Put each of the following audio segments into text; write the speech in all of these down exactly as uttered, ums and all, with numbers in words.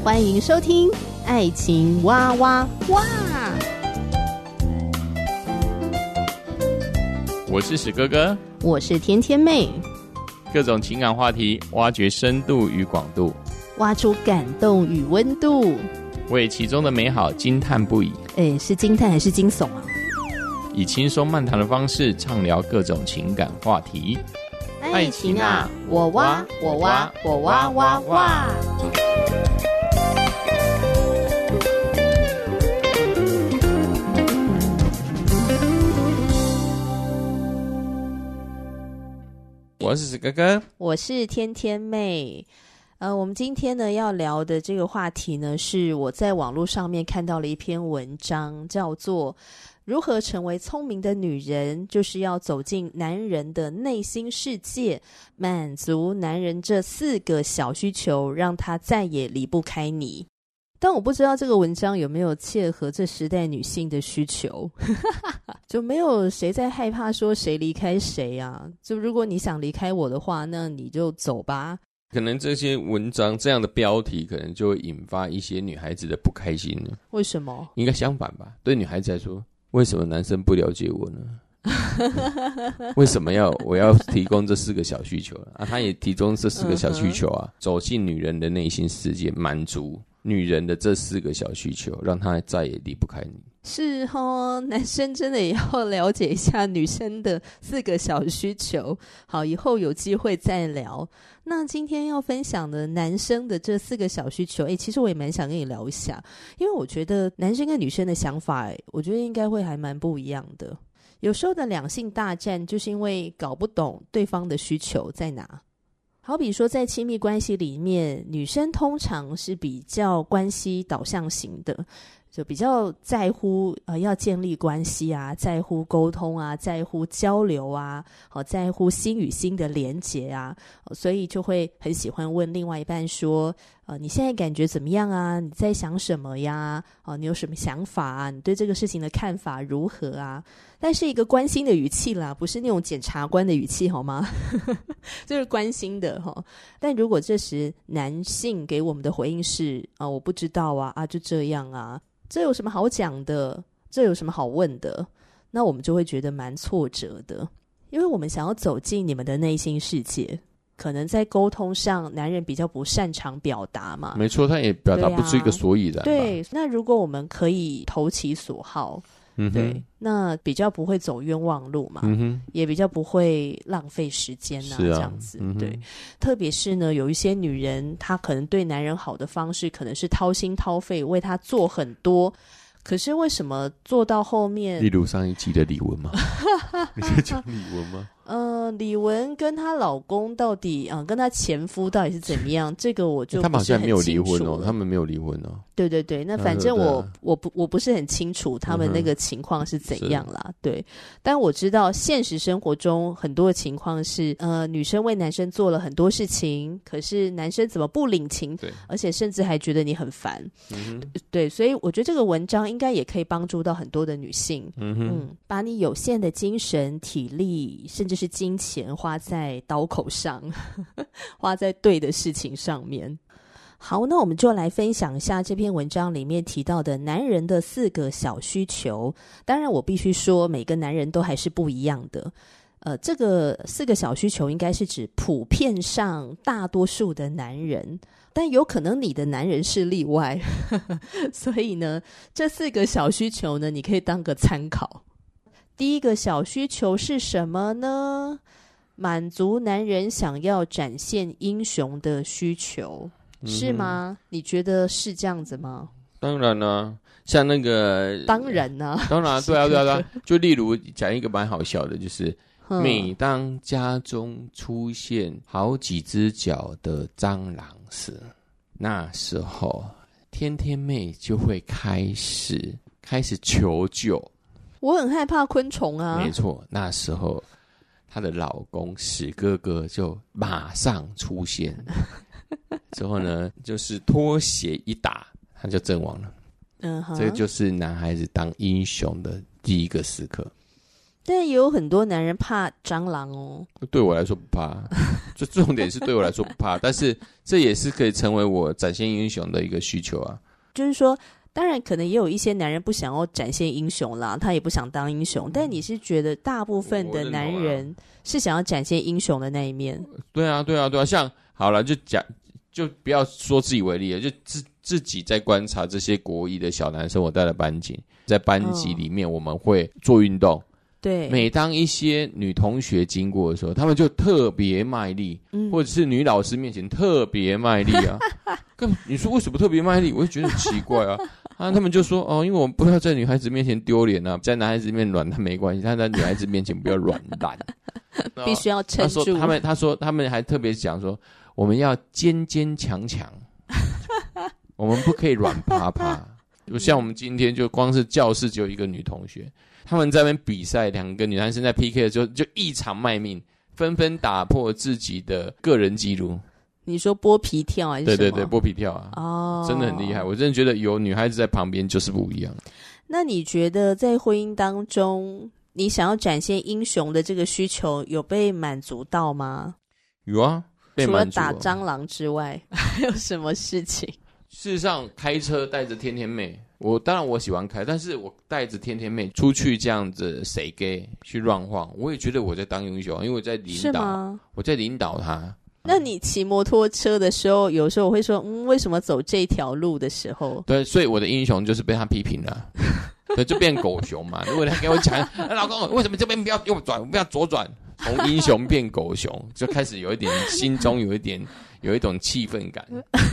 欢迎收听爱情哇哇哇。 我是史哥哥， 我是甜甜妹， 各种情感话题，挖掘深度与广度， 挖出感动与温度， 为其中的美好惊叹不已。 诶，是惊叹还是惊悚啊？ 以轻松漫谈的方式畅聊各种情感话题。 爱情啊，我挖我挖我挖挖挖。 我是史哥哥， 我是天天妹。呃，我们今天呢要聊的这个话题呢，是我在网络上面看到了一篇文章，叫做如何成为聪明的女人，就是要走进男人的内心世界，满足男人这四个小需求，让他再也离不开你。但我不知道这个文章有没有切合这时代女性的需求就没有谁在害怕说谁离开谁啊，就如果你想离开我的话，那你就走吧。 可能这些文章这样的标题可能就会引发一些女孩子的不开心呢。 为什么？ 应该相反吧，对女孩子来说，为什么男生不了解我呢？为什么要我要提供这四个小需求啊？他也提供这四个小需求啊，走进女人的内心世界，满足女人的这四个小需求，让她再也离不开你。 是哦，男生真的也要了解一下女生的四个小需求。好，以后有机会再聊。那今天要分享的男生的这四个小需求，诶，其实我也蛮想跟你聊一下，因为我觉得男生跟女生的想法，我觉得应该会还蛮不一样的。有时候的两性大战，就是因为搞不懂对方的需求在哪。好比说在亲密关系里面，女生通常是比较关系导向型的，就比较在乎呃要建立关系啊，在乎沟通啊，在乎交流啊，好、哦、在乎心与心的连结啊、哦，所以就会很喜欢问另外一半说，呃你现在感觉怎么样啊？你在想什么呀？哦你有什么想法啊？你对这个事情的看法如何啊？但是一个关心的语气啦，不是那种检察官的语气好吗？就是关心的齁。但如果这时男性给我们的回应是啊，我不知道啊，啊就这样啊，这有什么好讲的？这有什么好问的？那我们就会觉得蛮挫折的，因为我们想要走进你们的内心世界，可能在沟通上男人比较不擅长表达嘛。 没错，他也表达不出一个所以然吧。 对，那如果我们可以投其所好，嗯、对，那比较不会走冤枉路嘛，嗯哼，也比较不会浪费时间啊，这样子、嗯、对。特别是呢，有一些女人，她可能对男人好的方式可能是掏心掏肺为他做很多，可是为什么做到后面， 例如上一集的李玟吗？你在讲李玟吗？ 呃，李玟跟她老公到底啊、呃，跟她前夫到底是怎么样？这个我就不是很清楚了。他们好像没有离婚哦， 他们没有离婚哦。 对对对，那反正我、啊、我不我不是很清楚他们那个情况是怎样啦、嗯。对，但我知道现实生活中很多的情况是，呃，女生为男生做了很多事情，可是男生怎么不领情？对，而且甚至还觉得你很烦。嗯，对，所以我觉得这个文章应该也可以帮助到很多的女性。嗯嗯，把你有限的精神、体力，甚至是金钱花在刀口上，花在对的事情上面。好，那我们就来分享一下这篇文章里面提到的男人的四个小需求。当然我必须说每个男人都还是不一样的，呃，这个四个小需求应该是指普遍上大多数的男人，但有可能你的男人是例外所以呢这四个小需求呢你可以当个参考。第一个小需求是什么呢？满足男人想要展现英雄的需求，是吗、嗯？你觉得是这样子吗？ 当然啦、啊，像那个当然啊， 当然、啊、对啊对啊对啊，就例如讲一个蛮好笑的，就是每当家中出现好几只脚的蟑螂时，那时候天天妹就会开始开始求救。 我很害怕昆虫啊。 没错，那时候她的老公史哥哥就马上出现之后呢，就是拖鞋一打，他就阵亡了。嗯，这就是男孩子当英雄的第一个时刻。 但也有很多男人怕蟑螂哦。 对我来说不怕，就重点是对我来说不怕，但是这也是可以成为我展现英雄的一个需求啊。 就是说，当然可能也有一些男人不想要展现英雄啦，他也不想当英雄，但你是觉得大部分的男人是想要展现英雄的那一面？ 对啊，对啊，对啊，像好了，就讲，就不要说自己为例了，就自自己在观察这些国一的小男生，我带的班级，在班级里面我们会做运动。 对， 每当一些女同学经过的时候，他们就特别卖力、嗯，或者是女老师面前特别卖力啊。你说为什么特别卖力？我就觉得很奇怪啊。啊，他们就说哦，因为我们不要在女孩子面前丢脸啊，在男孩子面前软他没关系，但在女孩子面前不要软烂， 必须要撑住。 他说他们，他说他们还特别讲说，我们要坚坚强强，我们不可以软趴趴。就像我们今天就光是教室只有一个女同学。他们在那边比赛，两个女男生在 P K 的时候就异常卖命，纷纷打破自己的个人纪录。 你说剥皮跳还是什么？ 对对对，剥皮跳啊！ 哦， 真的很厉害，我真的觉得有女孩子在旁边就是不一样。 那你觉得在婚姻当中，你想要展现英雄的这个需求有被满足到吗？ 有啊，被满足了。 除了打蟑螂之外，还有什么事情？ 事实上，开车带着天天妹。我当然我喜欢开，但是我带着天天妹出去这样子谁给去乱晃，我也觉得我在当英雄，因为我在领导，我在领导他。 那你骑摩托车的时候，有时候我会说，嗯，为什么走这条路的时候？ 对，所以我的英雄就是被他批评了，对，就变狗熊嘛。如果他给我讲，啊、老公，为什么这边不要右转，不要左转？从英雄变狗熊，就开始有一点心中有一点有一种气愤感。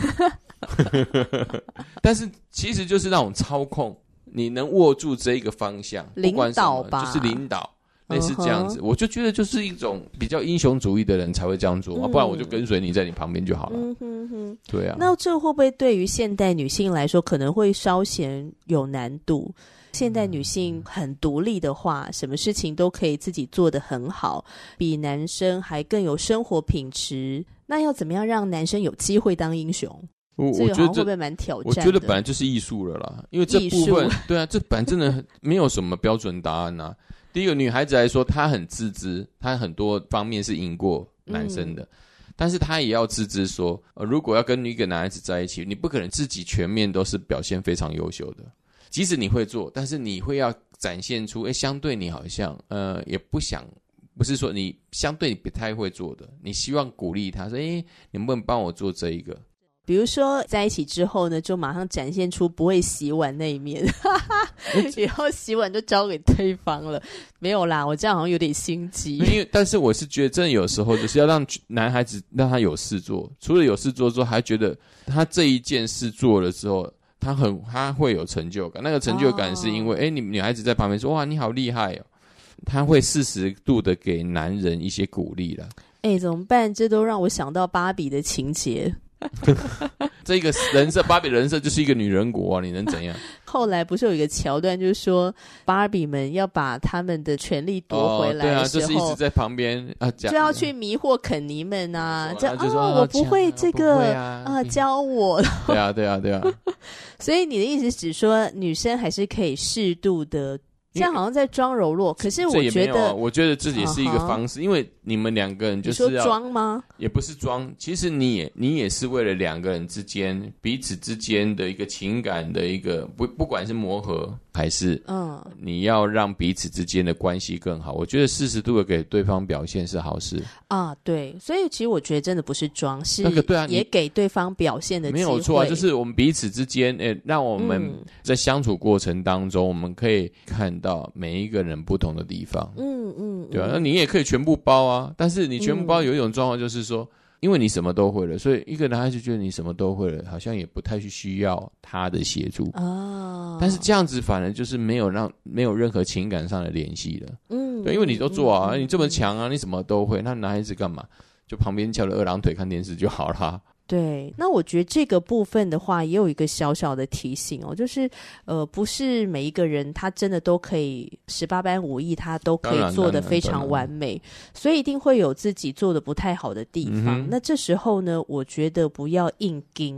但是其实就是那种操控，你能握住这一个方向， 领导吧， 就是领导，类似这样子。Uh-huh. 我就觉得就是一种比较英雄主义的人才会这样做，嗯啊、不然我就跟随你在你旁边就好了。嗯哼哼，对啊。 那这会不会对于现代女性来说，可能会稍显有难度？现代女性很独立的话，什么事情都可以自己做得很好，比男生还更有生活品质。那要怎么样让男生有机会当英雄？ 我这个好像会不会蛮挑战的？ 我觉得本来就是艺术了啦，因为这部分对啊，这本来真的没有什么标准答案啊。第一个，女孩子来说，她很自知，她很多方面是赢过男生的，嗯、但是她也要自知说，呃，如果要跟一个男孩子在一起，你不可能自己全面都是表现非常优秀的。即使你会做，但是你会要展现出，哎，相对你好像，呃，也不想，不是说你相对你不太会做的，你希望鼓励他说，哎，你能不能帮我做这一个？ 比如说在一起之后呢，就马上展现出不会洗碗那一面，以后洗碗就交给对方了。没有啦，我这样好像有点心机。 因为，但是我是觉得，真的有时候就是要让男孩子让他有事做，除了有事做之后，还觉得他这一件事做了之后。他很他会有成就感，那个成就感是因为，哎、oh. ，你女孩子在旁边说，哇，你好厉害哦，他会适时度的给男人一些鼓励了。 哎，怎么办？这都让我想到芭比的情节。 这个人设，芭比人设就是一个女人国啊，你能怎样？ 后来不是有一个桥段，就是说芭比们要把他们的权利夺回来的时候， 哦、对啊，就是一直在旁边啊， 就要去迷惑肯尼们啊，这就说、 哦、我不会这个啊, 啊，教我。 对啊，对啊，对啊。 所以你的意思只说女生还是可以适度的。这样好像在装柔弱，可是我觉得， 啊、我觉得这也是一个方式， uh-huh. 因为你们两个人就是要你说装吗？ 也不是装，其实你也你也是为了两个人之间彼此之间的一个情感的一个不不管是磨合还是嗯，你要让彼此之间的关系更好。我觉得适时度的给对方表现是好事啊，对，所以其实我觉得真的不是装，是那个对啊， 也给对方表现的机会。 没有错啊，就是我们彼此之间，诶，让我们在相处过程当中，嗯、我们可以看到每一个人不同的地方，嗯嗯，对啊，那你也可以全部包啊，但是你全部包有一种状况就是说，嗯、因为你什么都会了，所以一个男孩子觉得你什么都会了，好像也不太去需要他的协助啊。但是这样子反而就是没有让没有任何情感上的联系了，嗯，对，因为你都做啊，嗯、你这么强啊，你什么都会，那男孩子干嘛？就旁边翘着二郎腿看电视就好啦。 对，那我觉得这个部分的话，也有一个小小的提醒哦，就是呃，不是每一个人他真的都可以十八般武艺，他都可以做得非常完美，所以一定会有自己做得不太好的地方。嗯、那这时候呢，我觉得不要硬盯。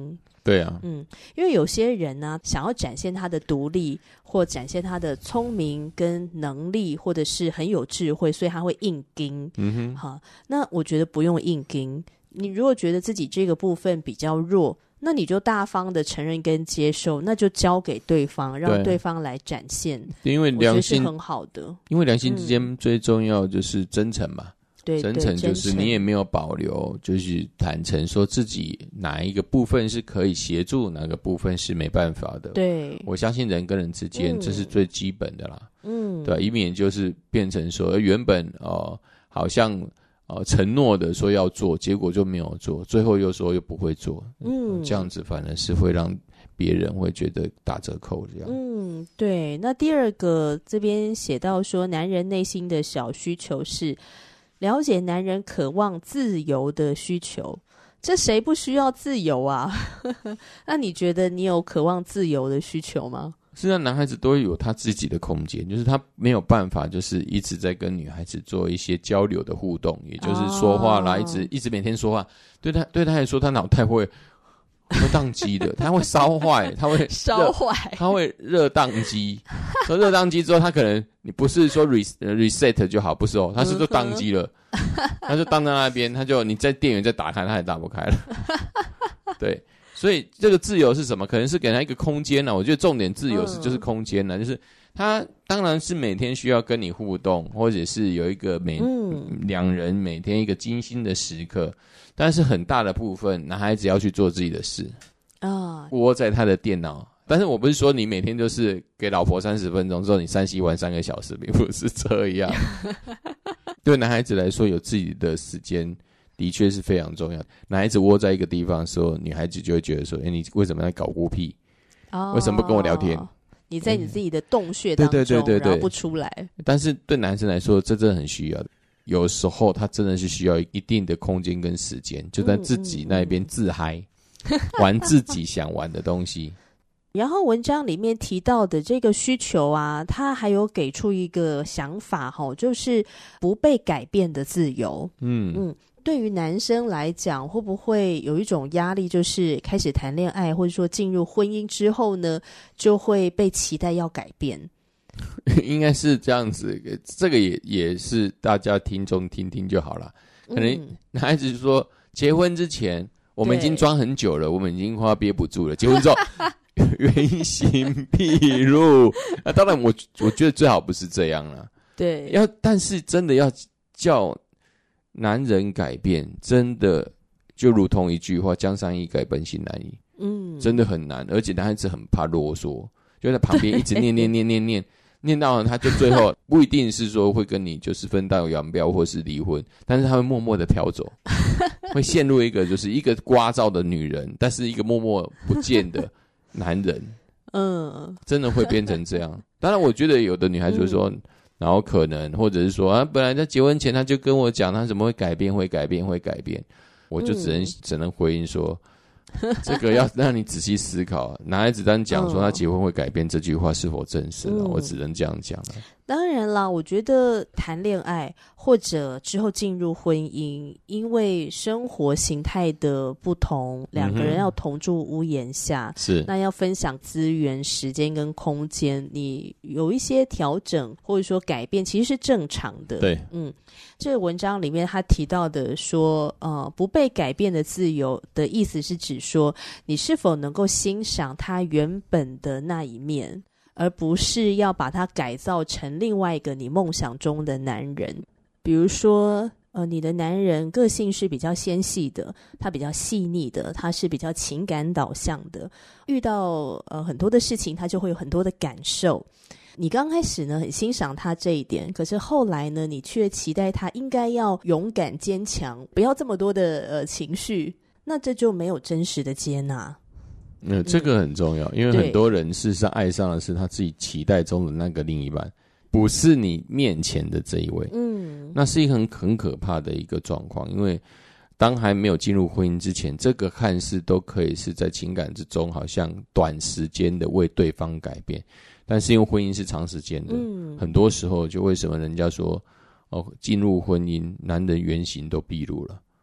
对啊， 嗯，因为有些人呢、啊，想要展现他的独立，或展现他的聪明跟能力，或者是很有智慧，所以他会硬盯。 嗯哼， 好，那我觉得不用硬盯。你如果觉得自己这个部分比较弱，那你就大方的承认跟接受，那就交给对方，让对方来展现。 因为良心是很好的， 因为良心之间最重要就是真诚嘛。 对， 真诚就是你也没有保留，就是坦诚说自己哪一个部分是可以协助，哪个部分是没办法的。 对， 我相信人跟人之间、嗯、这是最基本的啦。嗯，对吧，以免就是变成说原本呃好像呃承诺的说要做，结果就没有做，最后又说又不会做。嗯，这样子反而是会让别人会觉得打折扣这样。 嗯，对。那第二个这边写到说，男人内心的小需求是了解男人渴望自由的需求，这谁不需要自由啊？那你觉得你有渴望自由的需求吗？ 是啊，男孩子都会有他自己的空间，就是他没有办法，就是一直在跟女孩子做一些交流的互动，也就是说话啦，哦、一直一直每天说话，对他对他来说，他脑袋会会宕机的，他会烧坏，他会烧坏， 他会热宕机。说热宕机之后，他可能你不是说 reset 就好，不是哦，他是就宕机了，他就宕在那边，他就你在电源再打开，他也打不开了。对，所以这个自由是什么？可能是给他一个空间呢、啊。我觉得重点自由是就是空间呢、啊，就是他当然是每天需要跟你互动，或者是有一个每两、嗯、人每天一个精心的时刻，但是很大的部分，男孩子要去做自己的事啊，窝在他的电脑。但是我不是说你每天就是给老婆三十分钟之后你三 C 玩三个小时，并不是这样。对男孩子来说，有自己的时间的确是非常重要。男孩子窝在一个地方的时候，女孩子就会觉得说：“哎，你为什么在搞孤僻？哦、为什么不跟我聊天？ 你在你自己的洞穴当中，对对对对对，然后不出来。” 但是对男生来说，这真的很需要的。有时候他真的是需要一定的空间跟时间，就在自己那边自嗨，嗯嗯嗯玩自己想玩的东西。 然后文章里面提到的这个需求啊，他还有给出一个想法齁，就是不被改变的自由。嗯嗯，对于男生来讲，会不会有一种压力，就是开始谈恋爱或者说进入婚姻之后呢，就会被期待要改变？ 应该是这样子，这个也也是大家听众听听就好了。可能男孩子说，结婚之前我们已经装很久了，我们已经快要憋不住了，结婚之后原形毕露。啊，当然我我觉得最好不是这样啦。 对， 要但是真的要叫男人改变，真的就如同一句话：江山易改，本性难移。嗯，真的很难，而且男孩子很怕啰嗦，就在旁边一直念念念念念。念到了他就最后不一定是说会跟你就是分道扬镳或是离婚，但是他会默默的飘走，会陷入一个就是一个聒噪的女人，但是一个默默不见的男人。嗯，真的会变成这样。当然我觉得有的女孩子会说、嗯、然后可能或者是说啊，本来在结婚前他就跟我讲他怎么会改变会改变会改变，我就只能、嗯、只能回应说这个要让你仔细思考，男孩子单讲说他结婚会改变这句话是否真实、嗯、我只能这样讲了。 当然啦，我觉得谈恋爱或者之后进入婚姻，因为生活形态的不同，两个人要同住屋檐下，是、嗯、那要分享资源、时间跟空间，你有一些调整或者说改变，其实是正常的。 对， 嗯，这个文章里面他提到的说，呃，不被改变的自由的意思是指说，你是否能够欣赏他原本的那一面，而不是要把它改造成另外一个你梦想中的男人。比如说呃，你的男人个性是比较纤细的，他比较细腻的，他是比较情感导向的，遇到呃很多的事情他就会有很多的感受。你刚开始呢很欣赏他这一点，可是后来呢你却期待他应该要勇敢坚强，不要这么多的呃情绪，那这就没有真实的接纳。 嗯，这个很重要，因为很多人事实上爱上的是他自己期待中的那个另一半，不是你面前的这一位。嗯，那是一个很很可怕的一个状况，因为当还没有进入婚姻之前，这个看似都可以是在情感之中好像短时间的为对方改变，但是因为婚姻是长时间的、嗯、很多时候就为什么人家说哦，进入婚姻男人原形都毕露了，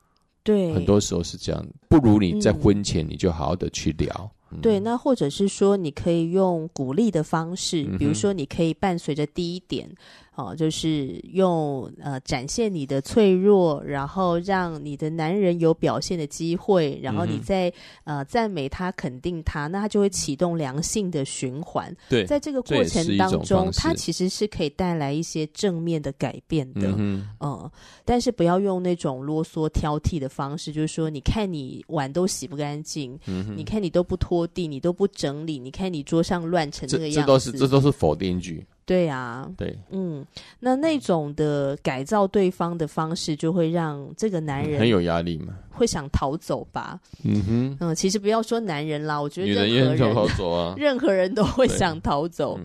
对， 很多时候是这样，不如你在婚前你就好好的去聊。 嗯、对，那或者是说你可以用鼓励的方式，比如说你可以伴随着第一点哦，就是用呃展现你的脆弱，然后让你的男人有表现的机会，然后你再、嗯、呃赞美他肯定他，那他就会启动良性的循环。 对， 在这个过程当中他其实是可以带来一些正面的改变的。嗯呃、但是不要用那种啰嗦挑剔的方式，就是说你看你碗都洗不干净、嗯、你看你都不拖地，你都不整理，你看你桌上乱成那个样子， 这, 这都是这都是否定句。 对啊， 对， 嗯，那那种的改造对方的方式，就会让这个男人、 嗯、很有压力嘛， 会想逃走吧。 嗯哼， 嗯，其实不要说男人啦，我觉得任何人女人也想逃走啊， 任何人都会想逃走。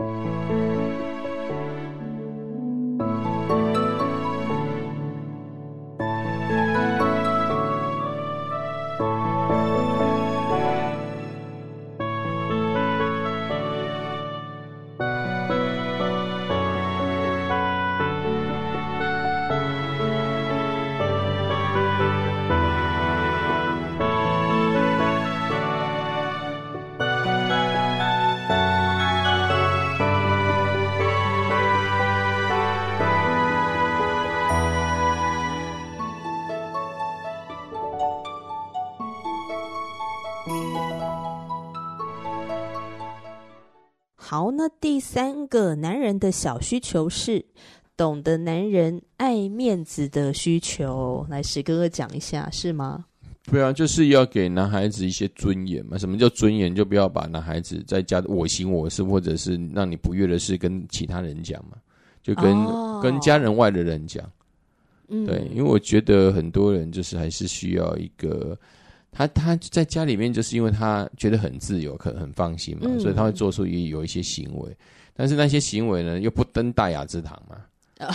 好，那第三个男人的小需求是懂得男人爱面子的需求。来，史哥哥讲一下，是吗？ 对啊，就是要给男孩子一些尊严嘛。什么叫尊严？就不要把男孩子在家我行我素，或者是让你不悦的事跟其他人讲嘛，就跟、哦、跟家人外的人讲。嗯，对，因为我觉得很多人就是还是需要一个。他他在家里面，就是因为他觉得很自由，可很放心嘛、嗯，所以他会做出也有一些行为，但是那些行为呢，又不登大雅之堂嘛。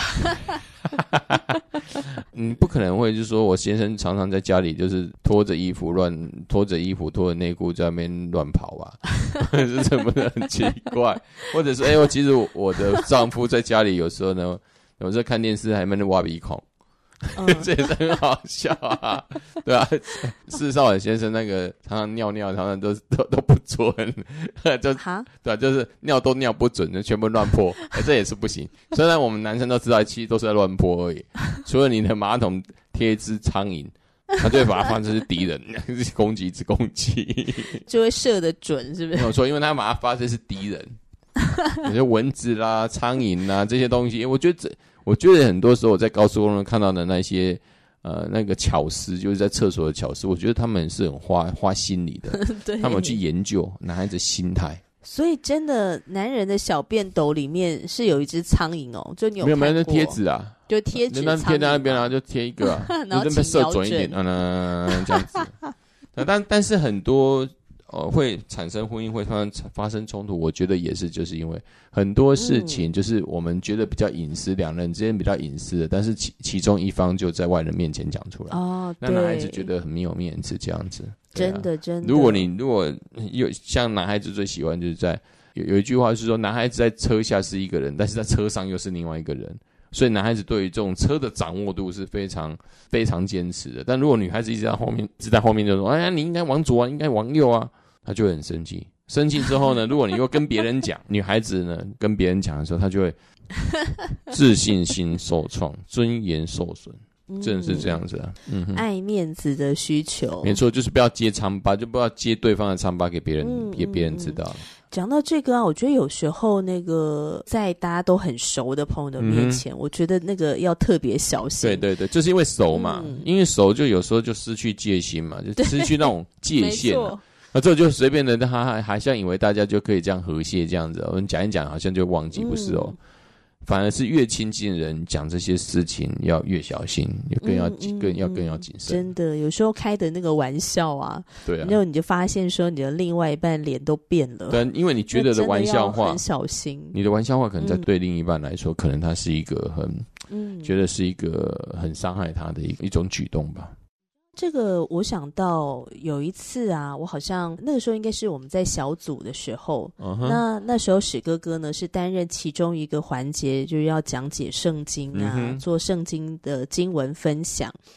嗯，不可能会就是说我先生常常在家里就是脱着衣服乱脱着衣服脱着内裤在那边乱跑啊，是什么的很奇怪，或者是哎、欸，我其实我的丈夫在家里有时候呢，有时候看电视还在那边挖鼻孔。嗯、这也是很好笑啊，对啊，四少先生那个常常尿尿，常常都都都不准，就对啊，就是尿都尿不准，就全部乱泼、欸，这也是不行。虽然我们男生都知道，其实都是在乱泼而已。除了你的马桶贴一只苍蝇，他就会把它放成是敌人，攻击一只攻击， 就会射得准，是不是？ 没有错，因为他把它发现是敌人，有些蚊子啦、苍蝇啦这些东西，我觉得这。我觉得很多时候我在高速公路看到的那些呃那个巧思，就是在厕所的巧思，我觉得他们是很花花心理的，他们有去研究男孩子心态。 所以真的，男人的小便斗里面是有一只苍蝇哦，就你有看过？ 没有没有，那贴纸啊， 就贴纸， 那贴在那边啊，就贴一个啊，然后请射准一点，嗯，这样子。但但是很多。呃，会产生婚姻会发生发生冲突，我觉得也是，就是因为很多事情就是我们觉得比较隐私，两、嗯、人之间比较隐私的，但是其其中一方就在外人面前讲出来，哦，那男孩子觉得很没有面子，这样子，啊、 真的真的。 如果你如果有像男孩子最喜欢就是在有有一句话是说，男孩子在车下是一个人，但是在车上又是另外一个人。所以男孩子对于这种车的掌握度是非常非常坚持的，但如果女孩子一直在后面，一直在后面就说：“哎呀，你应该往左啊，应该往右啊。”他就会很生气。生气之后呢，如果你又跟别人讲，女孩子呢跟别人讲的时候，她就会自信心受创，尊严受损。真的是这样子啊，嗯哼， 爱面子的需求， 没错，就是不要揭疮疤，就不要揭对方的疮疤给别人，嗯、给别人知道。 讲到这个啊，我觉得有时候那个在大家都很熟的朋友的面前，嗯、我觉得那个要特别小心。 对对对，就是因为熟嘛，嗯、因为熟就有时候就失去戒心嘛，就失去那种界限、啊。那这就随便的，他还还像以为大家就可以这样和谐这样子，我们讲一讲，好像就忘记，不是哦。嗯，反而是越亲近人讲这些事情要越小心，更要、嗯、更要更要谨慎。 真的，有时候开的那个玩笑啊， 对啊， 然后你就发现说你的另外一半脸都变了。 对，因为你觉得的玩笑话很小心， 你的玩笑话可能在对另一半来说，嗯、可能他是一个很，嗯，觉得是一个很伤害他的一一种举动吧。 这个我想到有一次啊，我好像那个时候应该是我们在小组的时候， uh-huh. 那那时候史哥哥呢是担任其中一个环节，就是要讲解圣经啊， uh-huh. 做圣经的经文分享。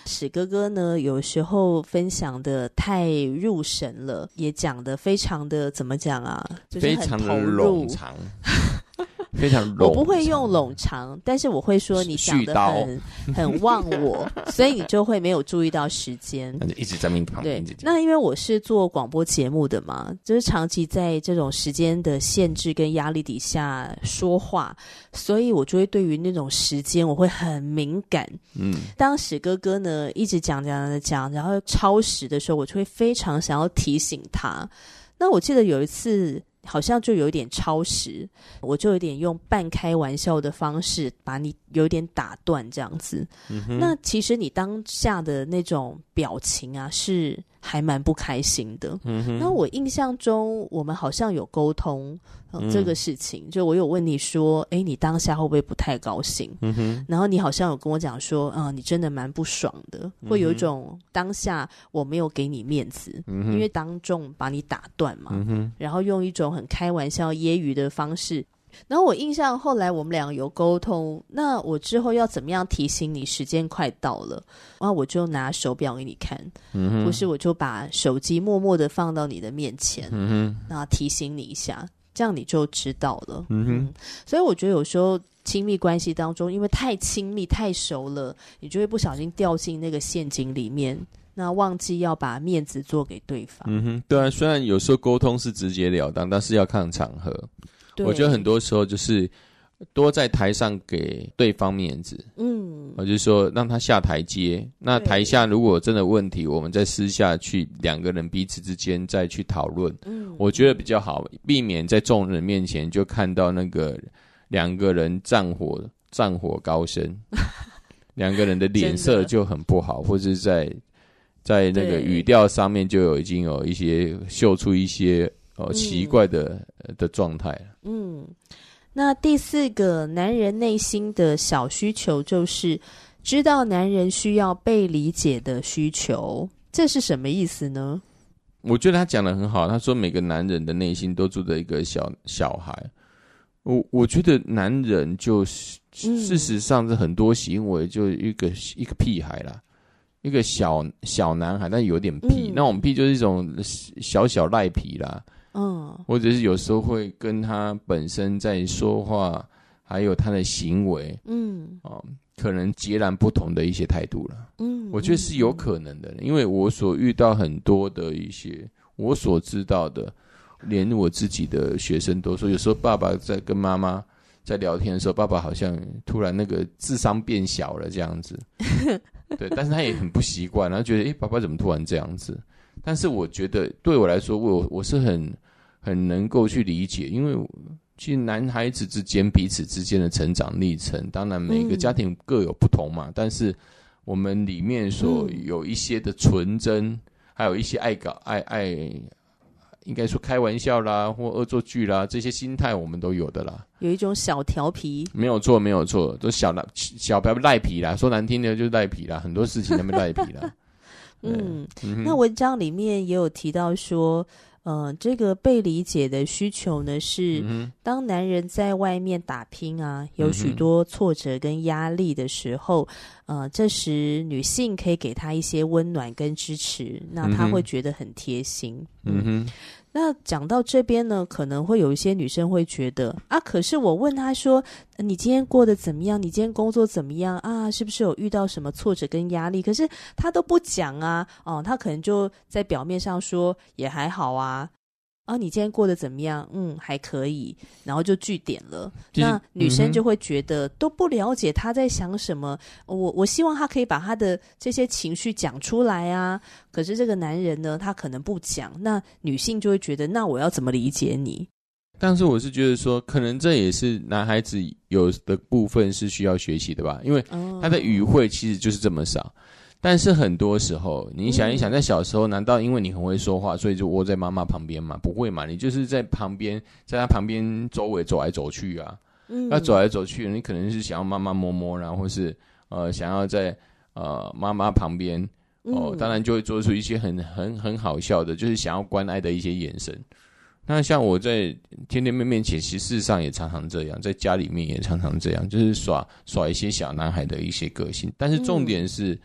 史哥哥呢，有时候分享的太入神了，也讲的非常的怎么讲啊，就是很投入， 非常的冗长。非常冗长， 我不会用冗长，但是我会说你讲的很很忘我，所以你就会没有注意到时间， 那就一直在面旁边。 对，那因为我是做广播节目的嘛，就是长期在这种时间的限制跟压力底下说话，所以我就会对于那种时间我会很敏感。嗯，当史哥哥呢一直讲讲讲讲，然后超时的时候，我就会非常想要提醒他。那我记得有一次好像就有一点超时，我就有点用半开玩笑的方式把你有点打断这样子、嗯、那其实你当下的那种表情啊是还蛮不开心的、嗯、那我印象中我们好像有沟通、呃嗯、这个事情，就我有问你说诶你当下会不会不太高兴、嗯、哼，然后你好像有跟我讲说啊、呃，你真的蛮不爽的，会有一种当下我没有给你面子、嗯、因为当众把你打断嘛、嗯、哼，然后用一种很开玩笑揶揄的方式，然后我印象后来我们两个有沟通，那我之后要怎么样提醒你时间快到了，然后我就拿手表给你看、嗯、或是我就把手机默默的放到你的面前、嗯、然后提醒你一下，这样你就知道了、嗯哼嗯、所以我觉得有时候亲密关系当中因为太亲密太熟了，你就会不小心掉进那个陷阱里面，那忘记要把面子做给对方。 嗯哼，对啊，虽然有时候沟通是直截了当，但是要看场合。我觉得很多时候就是多在台上给对方面子，嗯，我就是说让他下台阶。那台下如果真的问题，我们再私下去两个人彼此之间再去讨论，嗯，我觉得比较好，避免在众人面前就看到那个两个人战火战火高升，两个人的脸色就很不好，或者是在在那个语调上面就有已经有一些秀出一些哦奇怪的、嗯、的状态。 嗯，那第四个男人内心的小需求就是知道男人需要被理解的需求，这是什么意思呢？ 我觉得他讲得很好，他说每个男人的内心都住着一个小小孩。我我觉得男人就是事实上是很多行为就一个、嗯、一个屁孩啦，一个小小男孩，但有点屁、嗯、那种屁就是一种小小赖皮啦，嗯，或者是有时候会跟他本身在说话还有他的行为，嗯、哦、可能截然不同的一些态度了，嗯，我觉得是有可能的、嗯、因为我所遇到很多的一些我所知道的，连我自己的学生都说，有时候爸爸在跟妈妈在聊天的时候，爸爸好像突然那个智商变小了这样子对，但是他也很不习惯，然后觉得诶爸爸怎么突然这样子，但是我觉得对我来说我我是很很能够去理解，因为其实男孩子之间彼此之间的成长历程，当然每个家庭各有不同嘛、嗯、但是我们里面所有一些的纯真、嗯、还有一些爱搞爱爱应该说开玩笑啦或恶作剧啦，这些心态我们都有的啦， 有一种小调皮， 没有错没有错，都小小不要赖皮啦，说难听的就是赖皮啦，很多事情他们赖皮啦嗯, 嗯那文章里面也有提到说呃，这个被理解的需求呢是、嗯、当男人在外面打拼啊，有许多挫折跟压力的时候、嗯、呃，这时女性可以给他一些温暖跟支持，那他会觉得很贴心。嗯哼，那讲到这边呢，可能会有一些女生会觉得啊，可是我问他说你今天过得怎么样，你今天工作怎么样啊，是不是有遇到什么挫折跟压力，可是他都不讲啊，哦，他可能就在表面上说也还好啊，啊，你今天过得怎么样？嗯，还可以，然后就句点了。那女生就会觉得、嗯、都不了解他在想什么，我我希望他可以把他的这些情绪讲出来啊。可是这个男人呢，他可能不讲，那女性就会觉得，那我要怎么理解你？ 但是我是觉得说，可能这也是男孩子有的部分是需要学习的吧，因为他的语汇其实就是这么少。但是很多时候你想一想，在小时候难道因为你很会说话所以就窝在妈妈旁边吗？不会嘛，你就是在旁边在他旁边周围走来走去啊，那、嗯、走来走去你可能是想要妈妈摸摸，然后是呃想要在呃妈妈旁边哦、呃，当然就会做出一些很很很好笑的，就是想要关爱的一些眼神。那像我在天天妹面前其实事实上也常常这样，在家里面也常常这样，就是耍耍一些小男孩的一些个性，但是重点是、嗯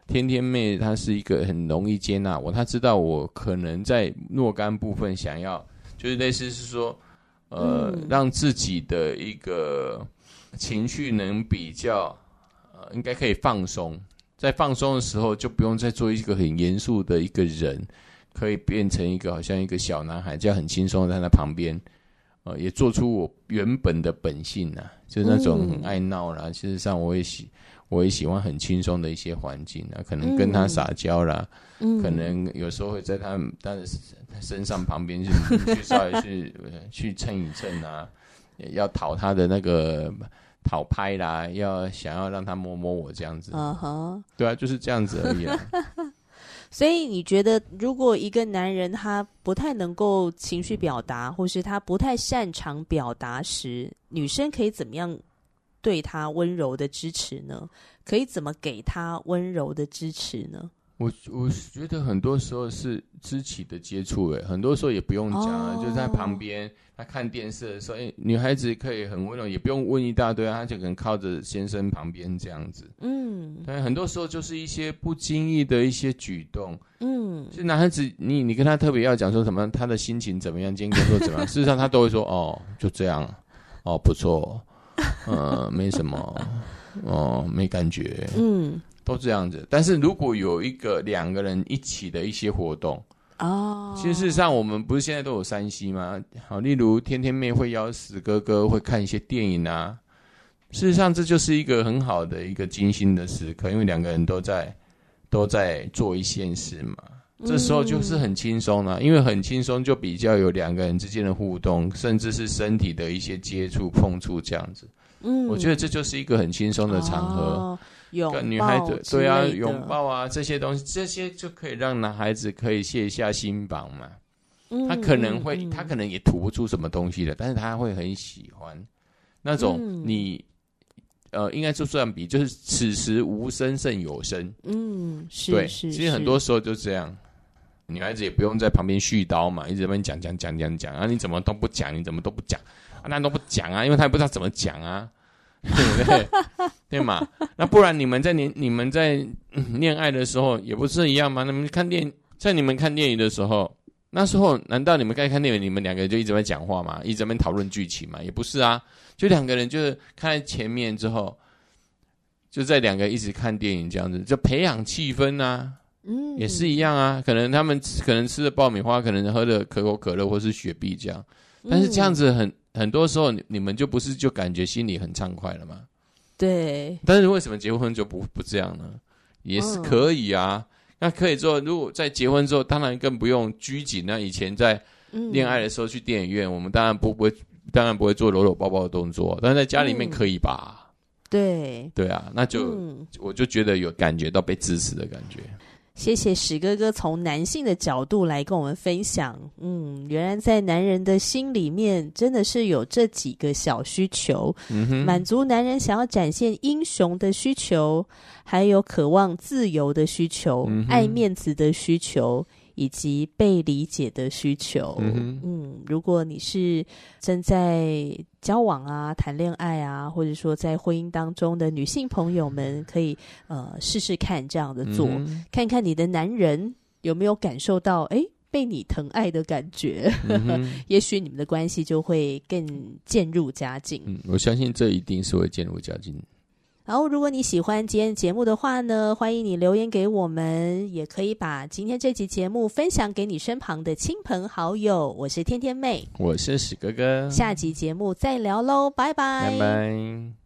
天天妹她是一个很容易接纳我，她知道我可能在若干部分想要，就是类似是说，呃，嗯、让自己的一个情绪能比较，呃，应该可以放松，在放松的时候就不用再做一个很严肃的一个人，可以变成一个好像一个小男孩，这样很轻松在他旁边。呃，也做出我原本的本性啊，就是那种很爱闹啦。事、嗯、实上，我也喜，我也喜欢很轻松的一些环境啊，可能跟他撒娇啦，嗯、可能有时候会在他他的身上旁边去去稍微去去蹭一蹭啊，要讨他的那个讨拍啦，要想要让他摸摸我这样子。啊哈，对啊，就是这样子而已啊。 所以你觉得如果一个男人他不太能够情绪表达，或是他不太擅长表达时，女生可以怎么样对他温柔的支持呢？可以怎么给他温柔的支持呢？ 我我觉得很多时候是肢体的接触，诶，很多时候也不用讲啊，哦、就在旁边，他看电视的时候，诶，女孩子可以很温柔，也不用问一大堆，她就可能靠着先生旁边这样子。嗯，对，很多时候就是一些不经意的一些举动。嗯，就男孩子，你你跟他特别要讲说什么，他的心情怎么样，今天工作怎么样，事实上他都会说，哦，就这样，哦，不错，呃，没什么，哦，没感觉。嗯。都这样子，但是如果有一个两个人一起的一些活动哦，其实事实上我们不是现在都有三 C 吗？好，例如天天妹会邀死哥哥会看一些电影啊，事实上这就是一个很好的一个精心的时刻，因为两个人都在都在做一件事嘛，这时候就是很轻松啦、啊，因为很轻松就比较有两个人之间的互动，甚至是身体的一些接触碰触这样子。嗯，我觉得这就是一个很轻松的场合。哦，跟女孩子对啊，拥抱啊这些东西，这些就可以让男孩子可以卸下心防嘛。嗯、他可能会、嗯，他可能也吐不出什么东西的，但是他会很喜欢那种你、嗯、呃，应该就算比就是此时无声胜有声。嗯，是对是。其实很多时候就这样，女孩子也不用在旁边絮叨嘛，一直在那边讲讲讲讲讲啊，你怎么都不讲，你怎么都不讲啊，那都不讲啊，因为他也不知道怎么讲啊。对不对？对嘛？那不然你们在你你们在恋爱的时候也不是一样吗？你们看电在你们看电影的时候，那时候难道你们该看电影，你们两个人就一直在讲话吗？一直在那边讨论剧情吗？也不是啊，就两个人就是看在前面之后，就在两个人一直看电影这样子，就培养气氛啊。嗯，也是一样啊。可能他们可能吃的爆米花，可能喝的可口可乐或是雪碧这样，但是这样子很。很多时候你你们就不是就感觉心里很畅快了吗？对。但是为什么结婚就不不这样呢？也是可以啊。嗯、那可以之后，如果在结婚之后，当然更不用拘谨。那以前在恋爱的时候去电影院，嗯、我们当然不不会，当然不会做搂搂抱抱的动作，但是在家里面可以吧？嗯、对。对啊，那就、嗯、我就觉得有感觉到被支持的感觉。 谢谢史哥哥从男性的角度来跟我们分享，嗯，原来在男人的心里面真的是有这几个小需求，嗯、满足男人想要展现英雄的需求，还有渴望自由的需求，嗯、爱面子的需求，以及被理解的需求。嗯, 嗯，如果你是正在交往啊、谈恋爱啊，或者说在婚姻当中的女性朋友们，可以呃试试看这样的做，嗯、看看你的男人有没有感受到哎被你疼爱的感觉，嗯、也许你们的关系就会更渐入佳境。 嗯，我相信这一定是会渐入佳境。 然后如果你喜欢今天节目的话呢，欢迎你留言给我们，也可以把今天这集节目分享给你身旁的亲朋好友。我是天天妹， 我是史哥哥， 下集节目再聊咯，拜拜拜拜。